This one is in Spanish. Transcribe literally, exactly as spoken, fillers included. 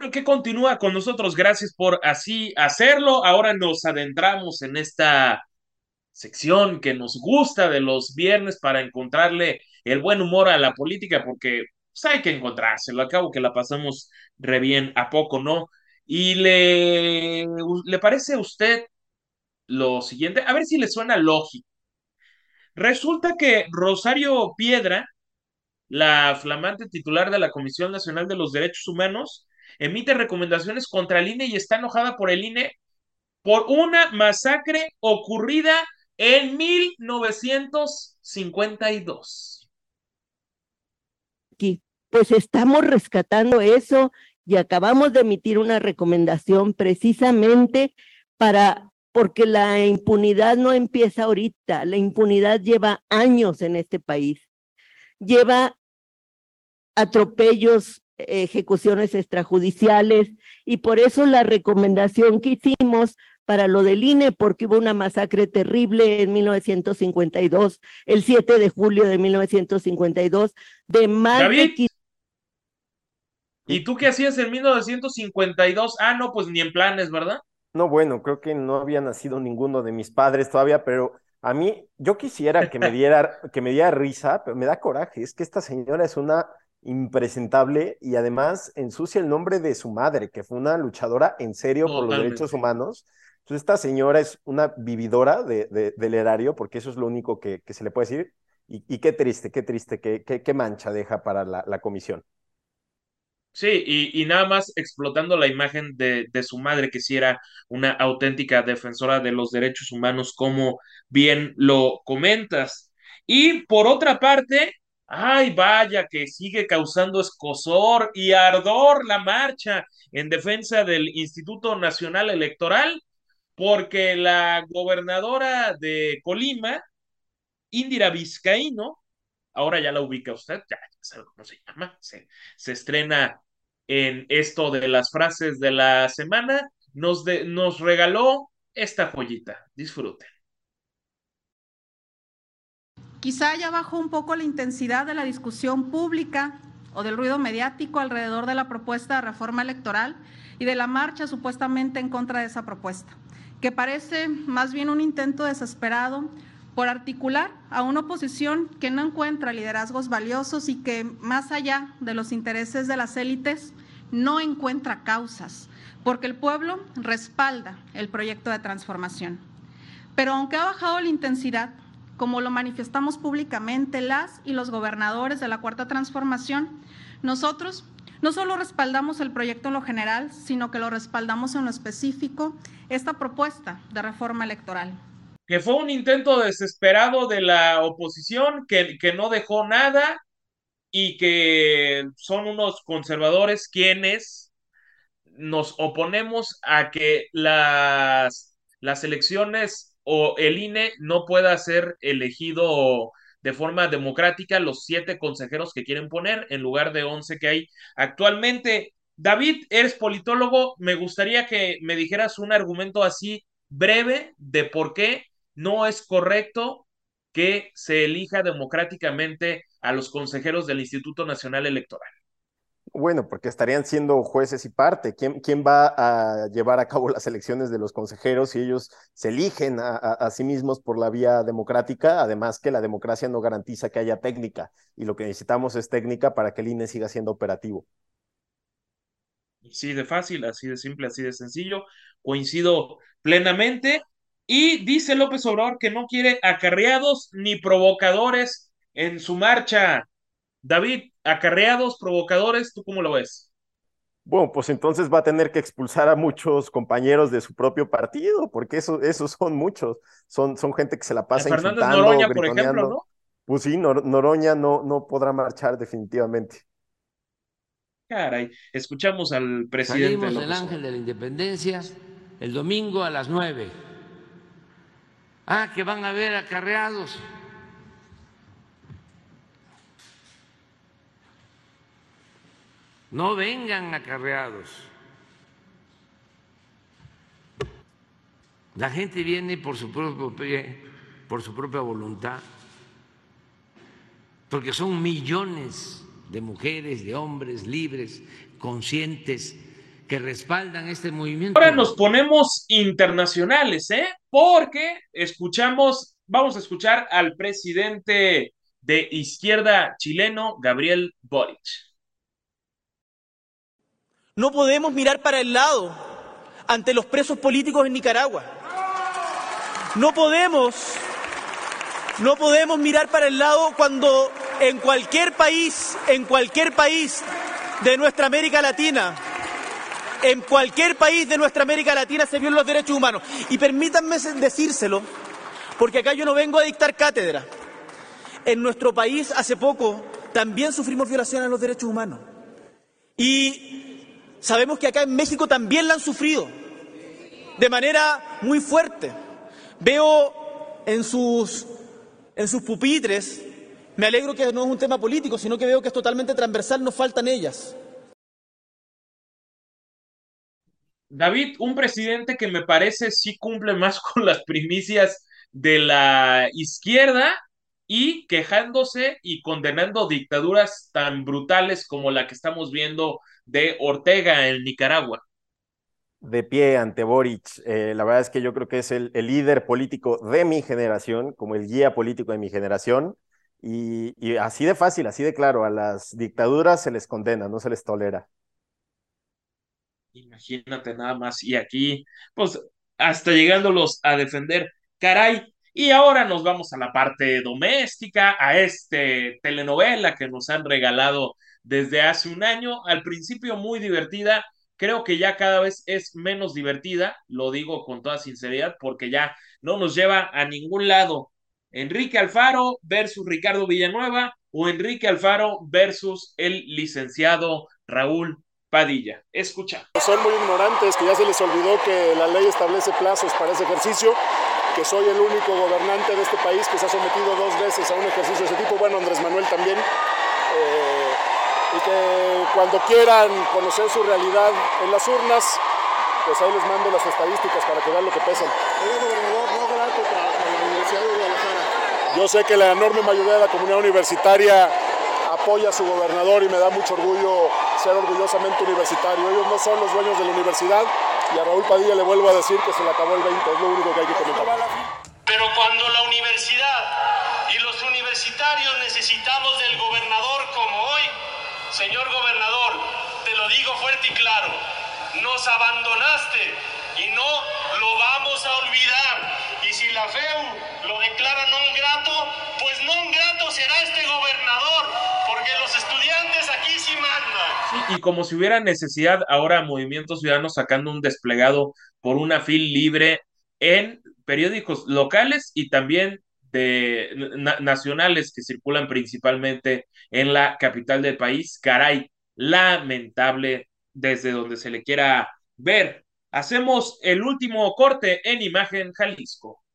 que continúa con nosotros. Gracias por así hacerlo. Ahora nos adentramos en esta sección que nos gusta de los viernes para encontrarle el buen humor a la política, porque pues, hay que encontrárselo. Acabo que la pasamos re bien, ¿a poco no? ¿Y le, le parece a usted lo siguiente? A ver si le suena lógico. Resulta que Rosario Piedra, la flamante titular de la Comisión Nacional de los Derechos Humanos, emite recomendaciones contra el I N E y está enojada por el I N E por una masacre ocurrida en mil novecientos cincuenta y dos. Aquí, pues estamos rescatando eso y acabamos de emitir una recomendación precisamente para, porque la impunidad no empieza ahorita, la impunidad lleva años en este país, lleva atropellos, ejecuciones extrajudiciales, y por eso la recomendación que hicimos para lo del I N E, porque hubo una masacre terrible en mil novecientos cincuenta y dos, el siete de julio de mil novecientos cincuenta y dos, de más de... David, ¿y tú qué hacías en mil novecientos cincuenta y dos? Ah, no, pues ni en planes, ¿verdad? No, bueno, creo que no había nacido ninguno de mis padres todavía, pero a mí, yo quisiera que me diera, que me diera risa, pero me da coraje. Es que esta señora es una impresentable y además ensucia el nombre de su madre, que fue una luchadora en serio por los derechos Totalmente. humanos. Entonces, esta señora es una vividora de, de, del erario, porque eso es lo único que, que se le puede decir. Y, y qué triste, qué triste, qué, qué, qué mancha deja para la, la comisión. Sí, y, y nada más explotando la imagen de, de su madre, que sí era una auténtica defensora de los derechos humanos, como bien lo comentas. Y por otra parte, ay, vaya que sigue causando escozor y ardor la marcha en defensa del Instituto Nacional Electoral, porque la gobernadora de Colima, Indira Vizcaíno, ahora ya la ubica usted, ya, ya sabe cómo se llama, se, se estrena en esto de las frases de la semana, nos, de, nos regaló esta joyita, disfruten. Quizá ya bajó un poco la intensidad de la discusión pública o del ruido mediático alrededor de la propuesta de reforma electoral y de la marcha supuestamente en contra de esa propuesta, que parece más bien un intento desesperado por articular a una oposición que no encuentra liderazgos valiosos y que, más allá de los intereses de las élites, no encuentra causas, porque el pueblo respalda el proyecto de transformación. Pero aunque ha bajado la intensidad, como lo manifestamos públicamente las y los gobernadores de la Cuarta Transformación, nosotros no solo respaldamos el proyecto en lo general, sino que lo respaldamos en lo específico, esta propuesta de reforma electoral. Que fue un intento desesperado de la oposición que, que no dejó nada y que son unos conservadores quienes nos oponemos a que las, las elecciones o el I N E no pueda ser elegido de forma democrática los siete consejeros que quieren poner en lugar de once que hay actualmente. David, eres politólogo, me gustaría que me dijeras un argumento así breve de por qué no es correcto que se elija democráticamente a los consejeros del Instituto Nacional Electoral. Bueno, porque estarían siendo jueces y parte. ¿Quién, quién va a llevar a cabo las elecciones de los consejeros si ellos se eligen a, a, a sí mismos por la vía democrática? Además que la democracia no garantiza que haya técnica y lo que necesitamos es técnica para que el I N E siga siendo operativo. Así de fácil, así de simple, así de sencillo. Coincido plenamente. Y dice López Obrador que no quiere acarreados ni provocadores en su marcha. David, acarreados, provocadores, ¿tú cómo lo ves? Bueno, pues entonces va a tener que expulsar a muchos compañeros de su propio partido, porque eso, esos son muchos. Son, son gente que se la A pasa Fernández insultando, Noroña, por ejemplo, gritoneando. ¿no? Pues sí, Nor Noroña no, no podrá marchar definitivamente. Caray, escuchamos al presidente Salimos del López Ángel Obrador. de la Independencia el domingo a las nueve. Ah, que van a haber acarreados. No vengan acarreados. La gente viene por su propio pie, por su propia voluntad, porque son millones de mujeres, de hombres libres, conscientes, que respaldan este movimiento. Ahora nos ponemos internacionales, ¿eh? Porque escuchamos, vamos a escuchar al presidente de izquierda chileno, Gabriel Boric. No podemos mirar para el lado ante los presos políticos en Nicaragua. No podemos, no podemos mirar para el lado cuando en cualquier país, en cualquier país de nuestra América Latina, en cualquier país de nuestra América Latina se violan los derechos humanos. Y permítanme decírselo, porque acá yo no vengo a dictar cátedra. En nuestro país hace poco también sufrimos violaciones a los derechos humanos. Y sabemos que acá en México también la han sufrido de manera muy fuerte. Veo en sus, en sus pupitres, me alegro que no es un tema político, sino que veo que es totalmente transversal, nos faltan ellas. David, un presidente que me parece sí cumple más con las primicias de la izquierda y quejándose y condenando dictaduras tan brutales como la que estamos viendo de Ortega en Nicaragua. De pie ante Boric, eh, la verdad es que yo creo que es el, el líder político de mi generación, como el guía político de mi generación, y, y así de fácil, así de claro, a las dictaduras se les condena, no se les tolera. Imagínate nada más, y aquí, pues, hasta llegándolos a defender, caray. Y ahora nos vamos a la parte doméstica, a este telenovela que nos han regalado desde hace un año, al principio muy divertida, creo que ya cada vez es menos divertida, lo digo con toda sinceridad, porque ya no nos lleva a ningún lado. Enrique Alfaro versus Ricardo Villanueva o Enrique Alfaro versus el licenciado Raúl Padilla. Escucha. Son muy ignorantes, que ya se les olvidó que la ley establece plazos para ese ejercicio, que soy el único gobernante de este país que se ha sometido dos veces a un ejercicio de ese tipo, bueno, Andrés Manuel también, eh, y que cuando quieran conocer su realidad en las urnas, pues ahí les mando las estadísticas para que vean lo que pesan. Señor gobernador, no grato para la Universidad de Guadalajara. Yo sé que la enorme mayoría de la comunidad universitaria apoya a su gobernador y me da mucho orgullo ser orgullosamente universitario. Ellos no son los dueños de la universidad y a Raúl Padilla le vuelvo a decir que se le acabó el veinte, es lo único que hay que comentar. Pero cuando la universidad y los universitarios necesitamos del gobernador como hoy, señor gobernador, te lo digo fuerte y claro, nos abandonaste y no lo vamos a olvidar. Y si la F E U lo declara non grato, pues non grato será este gobernador, porque los estudiantes aquí sí mandan. Sí, y como si hubiera necesidad ahora Movimiento Ciudadano sacando un desplegado por una fil libre en periódicos locales y también de na nacionales que circulan principalmente en la capital del país. Caray, lamentable desde donde se le quiera ver. Hacemos el último corte en Imagen Jalisco.